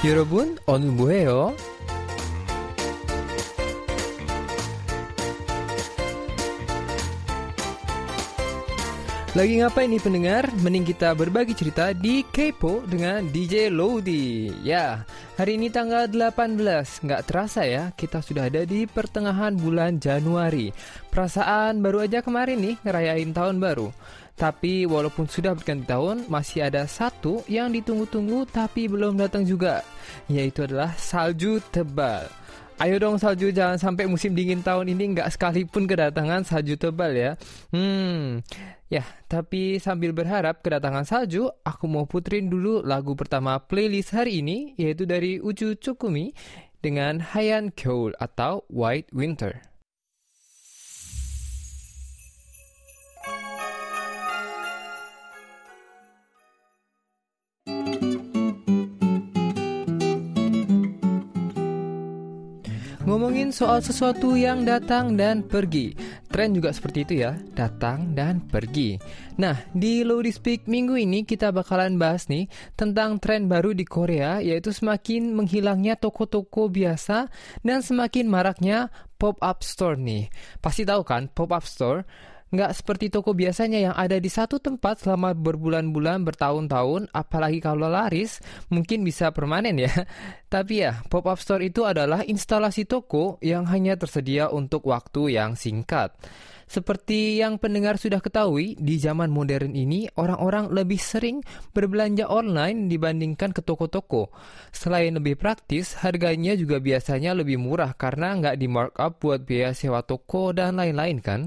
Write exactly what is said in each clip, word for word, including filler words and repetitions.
여러분, 오늘 뭐해요? Lagi ngapain nih pendengar? Mending kita berbagi cerita di Kepo dengan D J Lodi. Ya, hari ini tanggal delapan belas. Nggak terasa ya, kita sudah ada di pertengahan bulan Januari. Perasaan baru aja kemarin nih ngerayain tahun baru. Tapi walaupun sudah berganti tahun, masih ada satu yang ditunggu-tunggu tapi belum datang juga, yaitu adalah salju tebal. Ayo dong salju, jangan sampai musim dingin tahun ini nggak sekalipun kedatangan salju tebal ya. Hmm, ya, tapi sambil berharap kedatangan salju, aku mau puterin dulu lagu pertama playlist hari ini, yaitu dari Uju Cukumi dengan Hayan Gyeol atau White Winter. Ngomongin soal sesuatu yang datang dan pergi, tren juga seperti itu ya, datang dan pergi. Nah, di Lodi Speak minggu ini kita bakalan bahas nih tentang tren baru di Korea, yaitu semakin menghilangnya toko-toko biasa dan semakin maraknya pop-up store nih. Pasti tahu kan pop-up store? Nggak seperti toko biasanya yang ada di satu tempat selama berbulan-bulan, bertahun-tahun, apalagi kalau laris, mungkin bisa permanen ya. Tapi ya, pop-up store itu adalah instalasi toko yang hanya tersedia untuk waktu yang singkat. Seperti yang pendengar sudah ketahui, di zaman modern ini, orang-orang lebih sering berbelanja online dibandingkan ke toko-toko. Selain lebih praktis, harganya juga biasanya lebih murah karena nggak di markup buat biaya sewa toko dan lain-lain kan.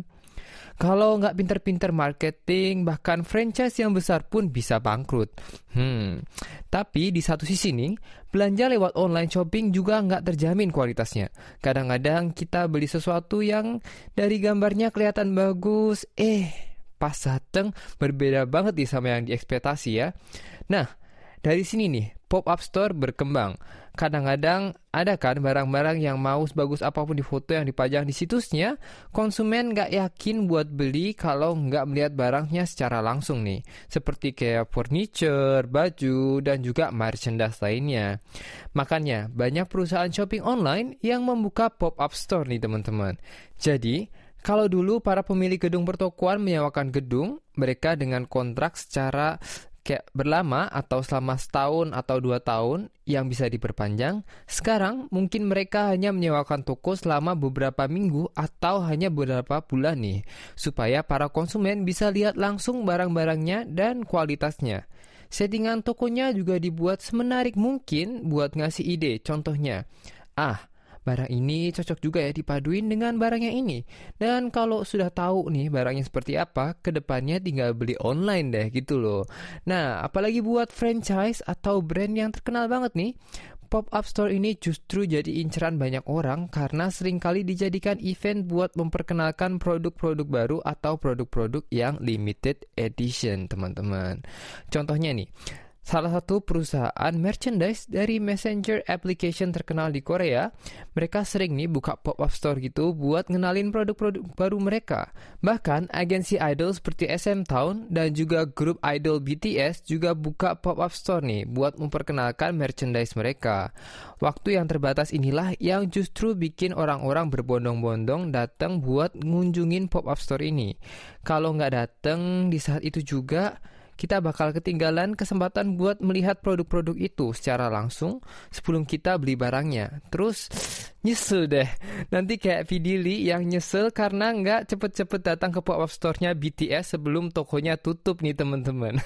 Kalau nggak pinter-pinter marketing, bahkan franchise yang besar pun bisa bangkrut. Hmm, tapi di satu sisi nih, belanja lewat online shopping juga nggak terjamin kualitasnya. Kadang-kadang kita beli sesuatu yang dari gambarnya kelihatan bagus, eh pas dateng berbeda banget nih sama yang diekspektasi ya. Nah, dari sini nih, pop-up store berkembang. Kadang-kadang ada kan barang-barang yang mau sebagus apapun di foto yang dipajang di situsnya, konsumen nggak yakin buat beli kalau nggak melihat barangnya secara langsung nih. Seperti kayak furniture, baju, dan juga merchandise lainnya. Makanya banyak perusahaan shopping online yang membuka pop-up store nih teman-teman. Jadi, kalau dulu para pemilik gedung pertokoan menyewakan gedung, mereka dengan kontrak secara kayak berlama atau selama setahun atau dua tahun yang bisa diperpanjang. Sekarang mungkin mereka hanya menyewakan toko selama beberapa minggu atau hanya beberapa bulan nih, supaya para konsumen bisa lihat langsung barang-barangnya dan kualitasnya. Settingan tokonya juga dibuat semenarik mungkin buat ngasih ide. Contohnya, ah barang ini cocok juga ya dipaduin dengan barang yang ini. Dan kalau sudah tahu nih barangnya seperti apa, kedepannya tinggal beli online deh gitu loh. Nah, apalagi buat franchise atau brand yang terkenal banget nih, pop-up store ini justru jadi inceran banyak orang karena seringkali dijadikan event buat memperkenalkan produk-produk baru atau produk-produk yang limited edition, teman-teman. Contohnya nih, salah satu perusahaan merchandise dari messenger application terkenal di Korea, mereka sering nih buka pop-up store gitu buat ngenalin produk-produk baru mereka. Bahkan agensi idol seperti S M Town dan juga grup idol B T S juga buka pop-up store nih buat memperkenalkan merchandise mereka. Waktu yang terbatas inilah yang justru bikin orang-orang berbondong-bondong datang buat ngunjungin pop-up store ini. Kalau nggak datang di saat itu juga, kita bakal ketinggalan kesempatan buat melihat produk-produk itu secara langsung sebelum kita beli barangnya. Terus nyesel deh, nanti kayak Vidili yang nyesel karena nggak cepet-cepet datang ke pop-up store-nya B T S sebelum tokonya tutup nih teman-teman.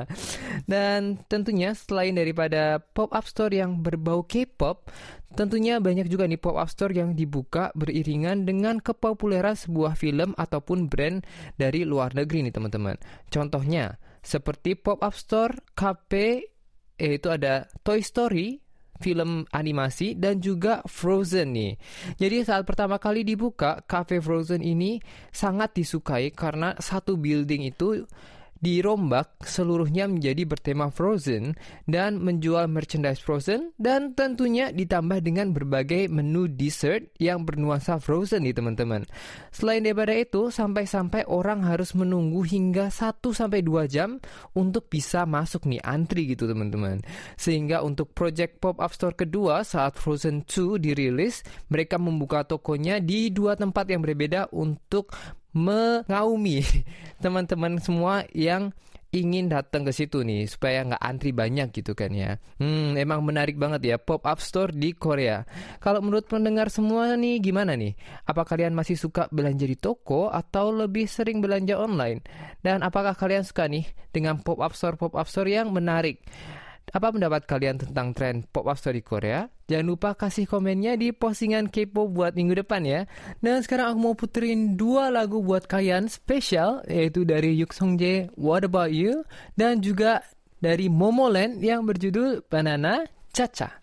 Dan tentunya selain daripada pop-up store yang berbau K-pop, tentunya banyak juga nih pop-up store yang dibuka beriringan dengan kepopuleran sebuah film ataupun brand dari luar negeri nih teman-teman. Contohnya, seperti pop-up store K P, yaitu ada Toy Story, film animasi, dan juga Frozen nih. Jadi saat pertama kali dibuka, Cafe Frozen ini sangat disukai karena satu building itu dirombak seluruhnya menjadi bertema Frozen dan menjual merchandise Frozen, dan tentunya ditambah dengan berbagai menu dessert yang bernuansa Frozen nih teman-teman. Selain daripada itu, sampai-sampai orang harus menunggu hingga satu sampai dua jam untuk bisa masuk nih, antri gitu teman-teman. Sehingga untuk project pop-up store kedua saat Frozen dua dirilis, mereka membuka tokonya di dua tempat yang berbeda untuk mengaumi teman-teman semua yang ingin datang ke situ nih, supaya nggak antri banyak gitu kan ya. Hmm, emang menarik banget ya pop-up store di Korea. Kalau menurut pendengar semua nih, gimana nih? Apa kalian masih suka belanja di toko atau lebih sering belanja online? Dan apakah kalian suka nih dengan pop-up store pop-up store yang menarik? Apa pendapat kalian tentang tren pop-up store di Korea? Jangan lupa kasih komennya di postingan K-pop buat minggu depan ya. Dan sekarang aku mau puterin dua lagu buat kalian spesial, yaitu dari Yuk Song-jae, What About You, dan juga dari Momoland yang berjudul Banana Cha-Cha.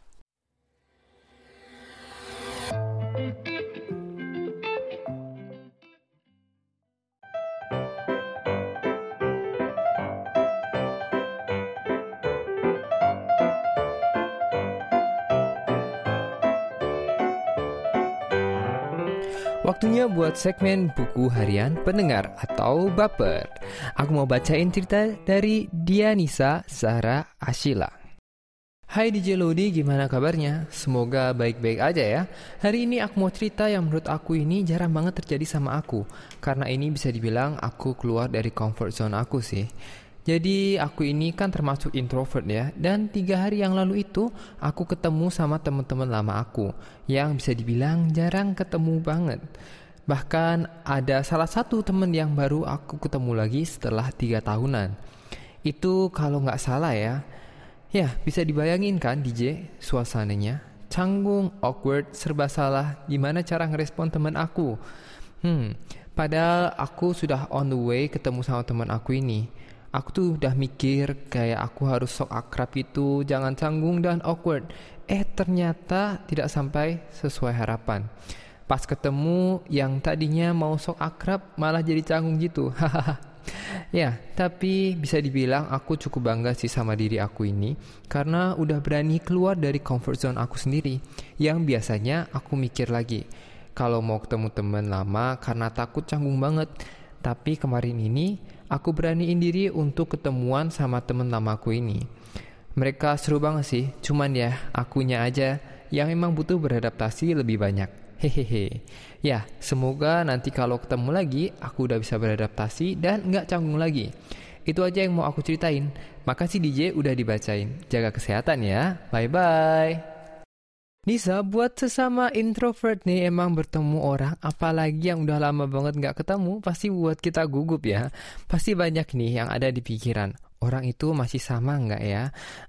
Waktunya buat segmen buku harian pendengar atau baper. Aku mau bacain cerita dari Dianisa Zahra Ashila. Hai D J Lodi, gimana kabarnya? Semoga baik-baik aja ya. Hari ini aku mau cerita yang menurut aku ini jarang banget terjadi sama aku. Karena ini bisa dibilang aku keluar dari comfort zone aku sih. Jadi aku ini kan termasuk introvert ya. Dan tiga hari yang lalu itu aku ketemu sama teman-teman lama aku, yang bisa dibilang jarang ketemu banget. Bahkan ada salah satu teman yang baru aku ketemu lagi setelah tiga tahunan. Itu kalau gak salah ya. Ya bisa dibayangin kan D J suasananya. Canggung, awkward, serba salah. Gimana cara ngerespon teman aku? Hmm, padahal aku sudah on the way ketemu sama teman aku ini. Aku tuh udah mikir kayak aku harus sok akrab gitu, jangan canggung dan awkward. Eh ternyata tidak sampai sesuai harapan. Pas ketemu yang tadinya mau sok akrab malah jadi canggung gitu. Ya, tapi bisa dibilang aku cukup bangga sih sama diri aku ini, karena udah berani keluar dari comfort zone aku sendiri. Yang biasanya aku mikir lagi kalau mau ketemu teman lama karena takut canggung banget. Tapi kemarin ini aku beraniin diri untuk ketemuan sama temen lamaku ini. Mereka seru banget sih, cuman ya akunya aja yang emang butuh beradaptasi lebih banyak. Hehehe. Ya, semoga nanti kalau ketemu lagi aku udah bisa beradaptasi dan gak canggung lagi. Itu aja yang mau aku ceritain. Makasih D J udah dibacain. Jaga kesehatan ya. Bye-bye. Nisa, buat sesama introvert nih, emang bertemu orang apalagi yang udah lama banget gak ketemu pasti buat kita gugup ya. Pasti banyak nih yang ada di pikiran, orang itu masih sama gak ya?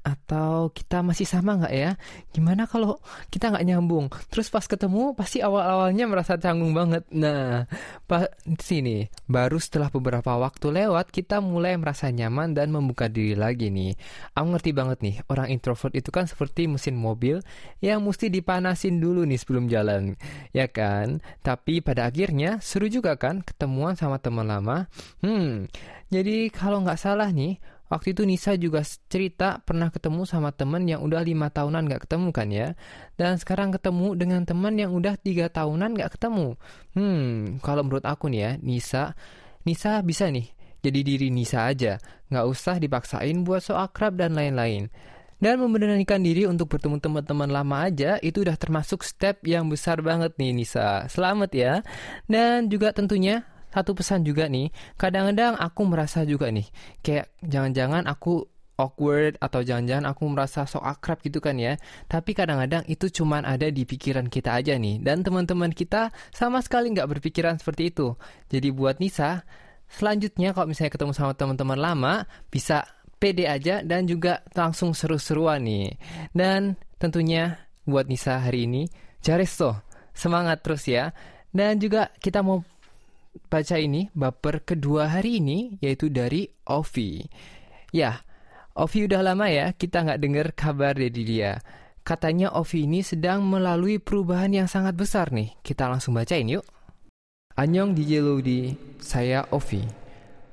Atau kita masih sama gak ya? Gimana kalau kita gak nyambung? Terus pas ketemu pasti awal-awalnya merasa canggung banget. Nah, pas sini baru setelah beberapa waktu lewat kita mulai merasa nyaman dan membuka diri lagi nih. Aku ngerti banget nih, orang introvert itu kan seperti mesin mobil yang mesti dipanasin dulu nih sebelum jalan, ya kan? Tapi pada akhirnya seru juga kan ketemuan sama teman lama. Hmm, jadi kalau nggak salah nih, waktu itu Nisa juga cerita pernah ketemu sama teman yang udah lima tahunan nggak ketemu kan ya? Dan sekarang ketemu dengan teman yang udah tiga tahunan nggak ketemu. Hmm, kalau menurut aku nih ya, Nisa, Nisa bisa nih jadi diri Nisa aja, nggak usah dipaksain buat so akrab dan lain-lain. Dan memberanikan diri untuk bertemu teman-teman lama aja itu udah termasuk step yang besar banget nih Nisa. Selamat ya. Dan juga tentunya satu pesan juga nih, kadang-kadang aku merasa juga nih, kayak jangan-jangan aku awkward atau jangan-jangan aku merasa sok akrab gitu kan ya. Tapi kadang-kadang itu cuman ada di pikiran kita aja nih. Dan teman-teman kita sama sekali nggak berpikiran seperti itu. Jadi buat Nisa, selanjutnya kalau misalnya ketemu sama teman-teman lama, bisa pede aja dan juga langsung seru-seruan nih. Dan tentunya buat Nisa hari ini, jaresto, semangat terus ya. Dan juga kita mau baca ini, baper kedua hari ini, yaitu dari Ovi. Ya, Ovi udah lama ya kita gak dengar kabar dari dia. Katanya Ovi ini sedang melalui perubahan yang sangat besar nih. Kita langsung bacain yuk. Annyeong D J Lodi, saya Ovi.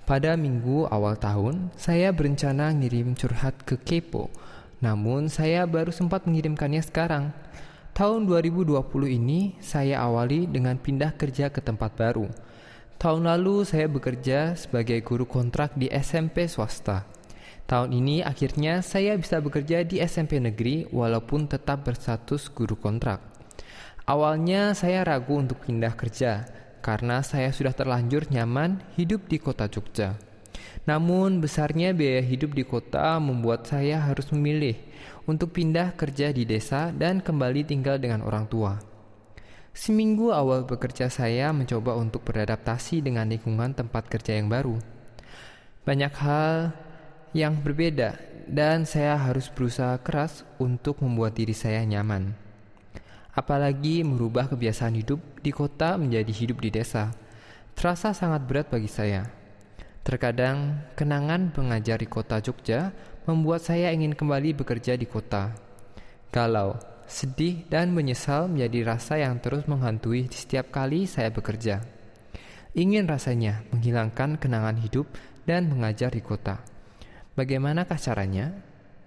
Pada minggu awal tahun, saya berencana ngirim curhat ke Kepo, namun saya baru sempat mengirimkannya sekarang. Tahun dua ribu dua puluh ini saya awali dengan pindah kerja ke tempat baru. Tahun lalu saya bekerja sebagai guru kontrak di S M P swasta. Tahun ini akhirnya saya bisa bekerja di S M P negeri walaupun tetap berstatus guru kontrak. Awalnya saya ragu untuk pindah kerja karena saya sudah terlanjur nyaman hidup di kota Jogja. Namun besarnya biaya hidup di kota membuat saya harus memilih untuk pindah kerja di desa dan kembali tinggal dengan orang tua. Seminggu awal bekerja saya mencoba untuk beradaptasi dengan lingkungan tempat kerja yang baru. Banyak hal yang berbeda dan saya harus berusaha keras untuk membuat diri saya nyaman. Apalagi merubah kebiasaan hidup di kota menjadi hidup di desa. Terasa sangat berat bagi saya. Terkadang kenangan mengajar di kota Jogja membuat saya ingin kembali bekerja di kota. Galau, sedih dan menyesal menjadi rasa yang terus menghantui setiap kali saya bekerja. Ingin rasanya menghilangkan kenangan hidup dan mengajar di kota. Bagaimanakah caranya?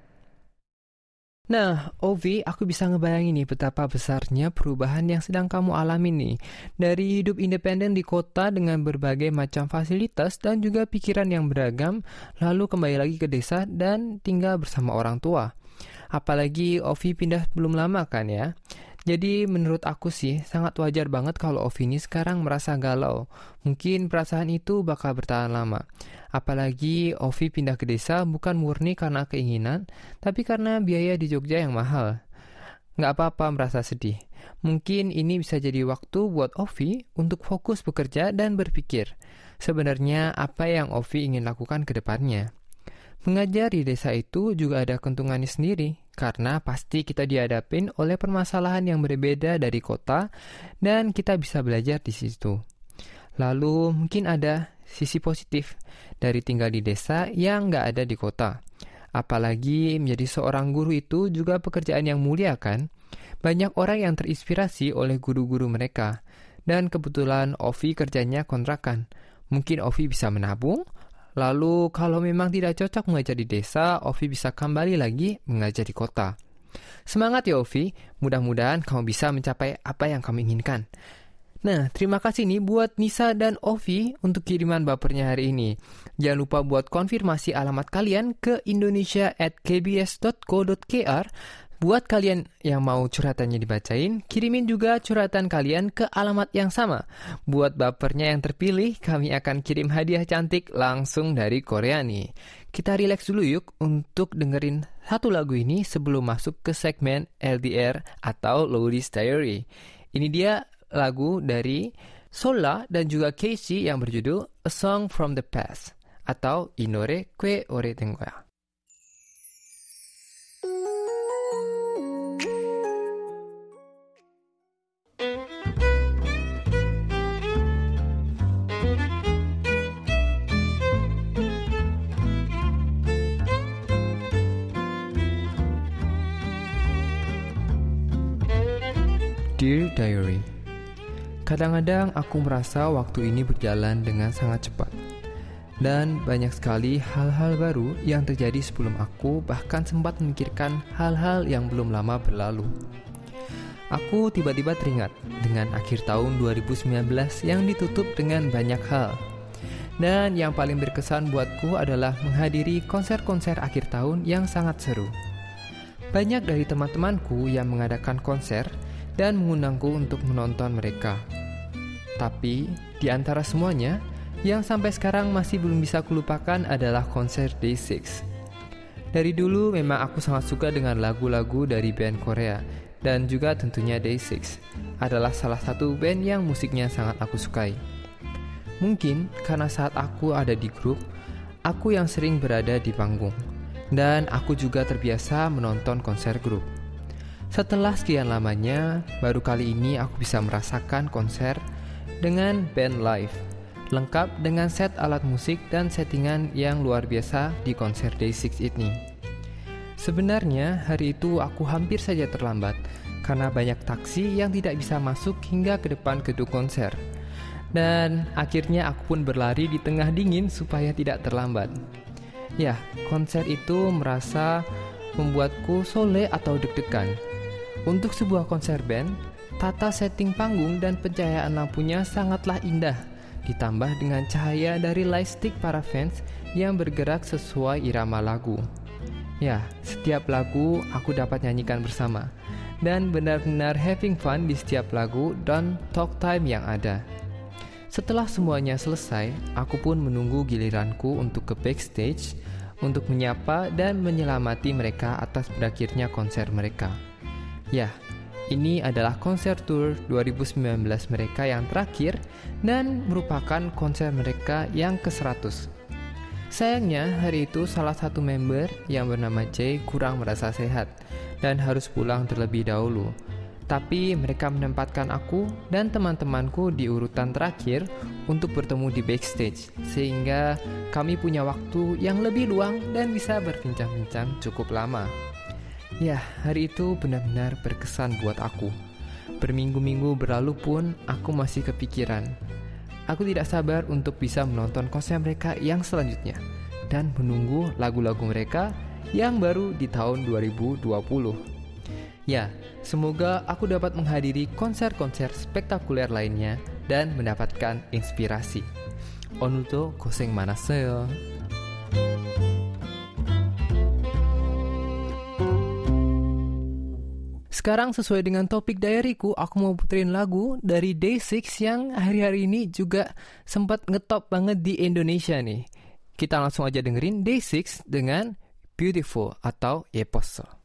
Nah, Ovi, aku bisa ngebayangin nih betapa besarnya perubahan yang sedang kamu alami nih. Dari hidup independen di kota dengan berbagai macam fasilitas dan juga pikiran yang beragam, lalu kembali lagi ke desa dan tinggal bersama orang tua. Apalagi Ovi pindah belum lama kan ya. Jadi menurut aku sih sangat wajar banget kalau Ovi ini sekarang merasa galau. Mungkin perasaan itu bakal bertahan lama. Apalagi Ovi pindah ke desa bukan murni karena keinginan, tapi karena biaya di Jogja yang mahal. Nggak apa-apa merasa sedih. Mungkin ini bisa jadi waktu buat Ovi untuk fokus bekerja dan berpikir. Sebenarnya apa yang Ovi ingin lakukan ke depannya. Mengajar di desa itu juga ada keuntungannya sendiri, karena pasti kita dihadapin oleh permasalahan yang berbeda dari kota, dan kita bisa belajar di situ. Lalu mungkin ada sisi positif dari tinggal di desa yang nggak ada di kota. Apalagi menjadi seorang guru itu juga pekerjaan yang mulia kan? Banyak orang yang terinspirasi oleh guru-guru mereka, dan kebetulan Ovi kerjanya kontrakan. Mungkin Ovi bisa menabung. Lalu kalau memang tidak cocok mengajar di desa, Ovi bisa kembali lagi mengajar di kota. Semangat ya Ovi, mudah-mudahan kamu bisa mencapai apa yang kamu inginkan. Nah, terima kasih nih buat Nisa dan Ovi untuk kiriman bapernya hari ini. Jangan lupa buat konfirmasi alamat kalian ke indonesia at k b s dot co dot k r. Buat kalian yang mau curhatannya dibacain, kirimin juga curhatan kalian ke alamat yang sama. Buat bapernya yang terpilih, kami akan kirim hadiah cantik langsung dari Korea nih. Kita relax dulu yuk untuk dengerin satu lagu ini sebelum masuk ke segmen L D R atau Lowdy's Diary. Ini dia lagu dari Sola dan juga Casey yang berjudul A Song from the Past atau Inore Kwe Ore Tengoya. Dear Diary, kadang-kadang aku merasa waktu ini berjalan dengan sangat cepat. Dan banyak sekali hal-hal baru yang terjadi sebelum aku bahkan sempat memikirkan hal-hal yang belum lama berlalu. Aku tiba-tiba teringat dengan akhir tahun dua ribu sembilan belas yang ditutup dengan banyak hal. Dan yang paling berkesan buatku adalah menghadiri konser-konser akhir tahun yang sangat seru. Banyak dari teman-temanku yang mengadakan konser dan mengundangku untuk menonton mereka. Tapi, di antara semuanya, yang sampai sekarang masih belum bisa kulupakan adalah konser Day six. Dari dulu memang aku sangat suka dengan lagu-lagu dari band Korea, dan juga tentunya Day six adalah salah satu band yang musiknya sangat aku sukai. Mungkin karena saat aku ada di grup, aku yang sering berada di panggung, dan aku juga terbiasa menonton konser grup. Setelah sekian lamanya, baru kali ini aku bisa merasakan konser dengan band live, lengkap dengan set alat musik dan settingan yang luar biasa di konser Day six ini. Sebenarnya hari itu aku hampir saja terlambat karena banyak taksi yang tidak bisa masuk hingga ke depan gedung konser. Dan akhirnya aku pun berlari di tengah dingin supaya tidak terlambat. Ya, konser itu merasa membuatku sole atau deg-degan. Untuk sebuah konser band, tata setting panggung dan pencahayaan lampunya sangatlah indah, ditambah dengan cahaya dari light stick para fans yang bergerak sesuai irama lagu. Ya, setiap lagu aku dapat nyanyikan bersama, dan benar-benar having fun di setiap lagu dan talk time yang ada. Setelah semuanya selesai, aku pun menunggu giliranku untuk ke backstage untuk menyapa dan menyelamati mereka atas berakhirnya konser mereka. Ya, ini adalah konser tour dua ribu sembilan belas mereka yang terakhir dan merupakan konser mereka yang ke seratus. Sayangnya, hari itu salah satu member yang bernama Jay kurang merasa sehat dan harus pulang terlebih dahulu. Tapi mereka menempatkan aku dan teman-temanku di urutan terakhir untuk bertemu di backstage, sehingga kami punya waktu yang lebih luang dan bisa berbincang-bincang cukup lama. Ya, hari itu benar-benar berkesan buat aku. Berminggu-minggu berlalu pun aku masih kepikiran. Aku tidak sabar untuk bisa menonton konser mereka yang selanjutnya dan menunggu lagu-lagu mereka yang baru di tahun dua ribu dua puluh. Ya, semoga aku dapat menghadiri konser-konser spektakuler lainnya dan mendapatkan inspirasi. 오늘도 고생 많았어요. Sekarang sesuai dengan topik diaryku, aku mau puterin lagu dari Day enam yang hari-hari ini juga sempat ngetop banget di Indonesia nih. Kita langsung aja dengerin Day enam dengan Beautiful atau 예뻤어.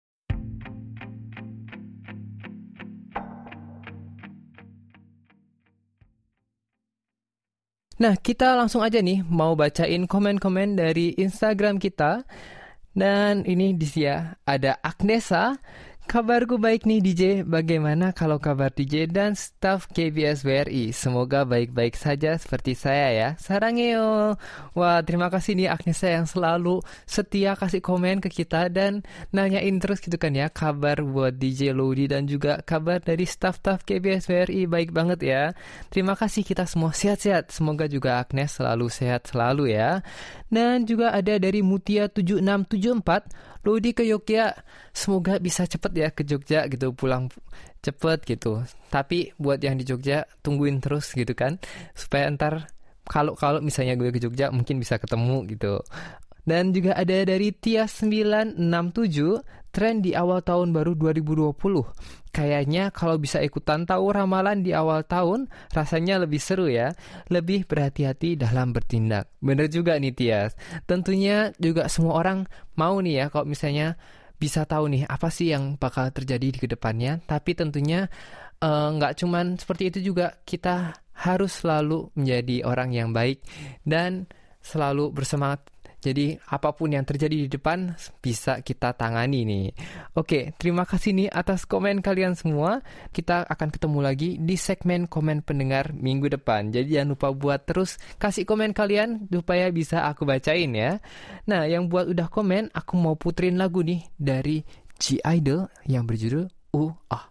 Nah, kita langsung aja nih mau bacain komen-komen dari Instagram kita. Dan ini di sini ada Agnesa. Kabarku baik nih D J, bagaimana kalau kabar D J dan staf K B S B R I? Semoga baik-baik saja seperti saya ya. Sarangeo. Wah, terima kasih nih Agnesa yang selalu setia kasih komen ke kita dan nanyain terus gitu kan ya, kabar buat D J Lodi dan juga kabar dari staf-staf K B S B R I. Baik banget ya. Terima kasih, kita semua sehat-sehat. Semoga juga Agnes selalu sehat selalu ya. Dan juga ada dari Mutia tujuh enam tujuh empat, Lodi ke Yogyakarta, semoga bisa cepet ya ke Jogja gitu, pulang cepet gitu. Tapi buat yang di Jogja tungguin terus gitu kan, supaya ntar kalau kalau misalnya gue ke Jogja mungkin bisa ketemu gitu. Dan juga ada dari Tia sembilan enam tujuh, tren di awal tahun baru dua ribu dua puluh. Kayaknya kalau bisa ikutan tahu ramalan di awal tahun, rasanya lebih seru ya. Lebih berhati-hati dalam bertindak. Bener juga nih Tias. Tentunya juga semua orang mau nih ya kalau misalnya bisa tahu nih apa sih yang bakal terjadi di kedepannya. Tapi tentunya uh, nggak cuman seperti itu juga, kita harus selalu menjadi orang yang baik dan selalu bersemangat. Jadi apapun yang terjadi di depan bisa kita tangani nih. Oke, terima kasih nih atas komen kalian semua. Kita akan ketemu lagi di segmen komen pendengar minggu depan. Jadi jangan lupa buat terus kasih komen kalian supaya bisa aku bacain ya. Nah, yang buat udah komen, aku mau puterin lagu nih dari G-Idol yang berjudul Uh Ah.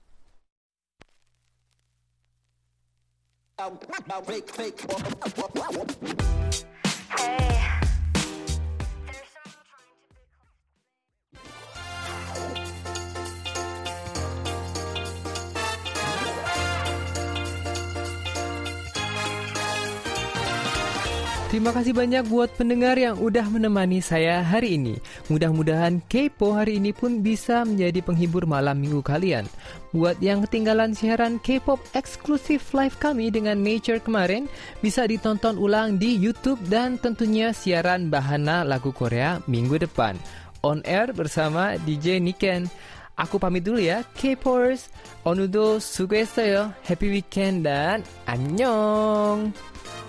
Hey. Terima kasih banyak buat pendengar yang udah menemani saya hari ini. Mudah-mudahan Kepo hari ini pun bisa menjadi penghibur malam minggu kalian. Buat yang ketinggalan siaran K-pop eksklusif live kami dengan Nature kemarin, bisa ditonton ulang di YouTube dan tentunya siaran Bahana lagu Korea minggu depan. On air bersama D J Niken. Aku pamit dulu ya, K-popers. 오늘도 수고했어요. Happy weekend dan annyeong.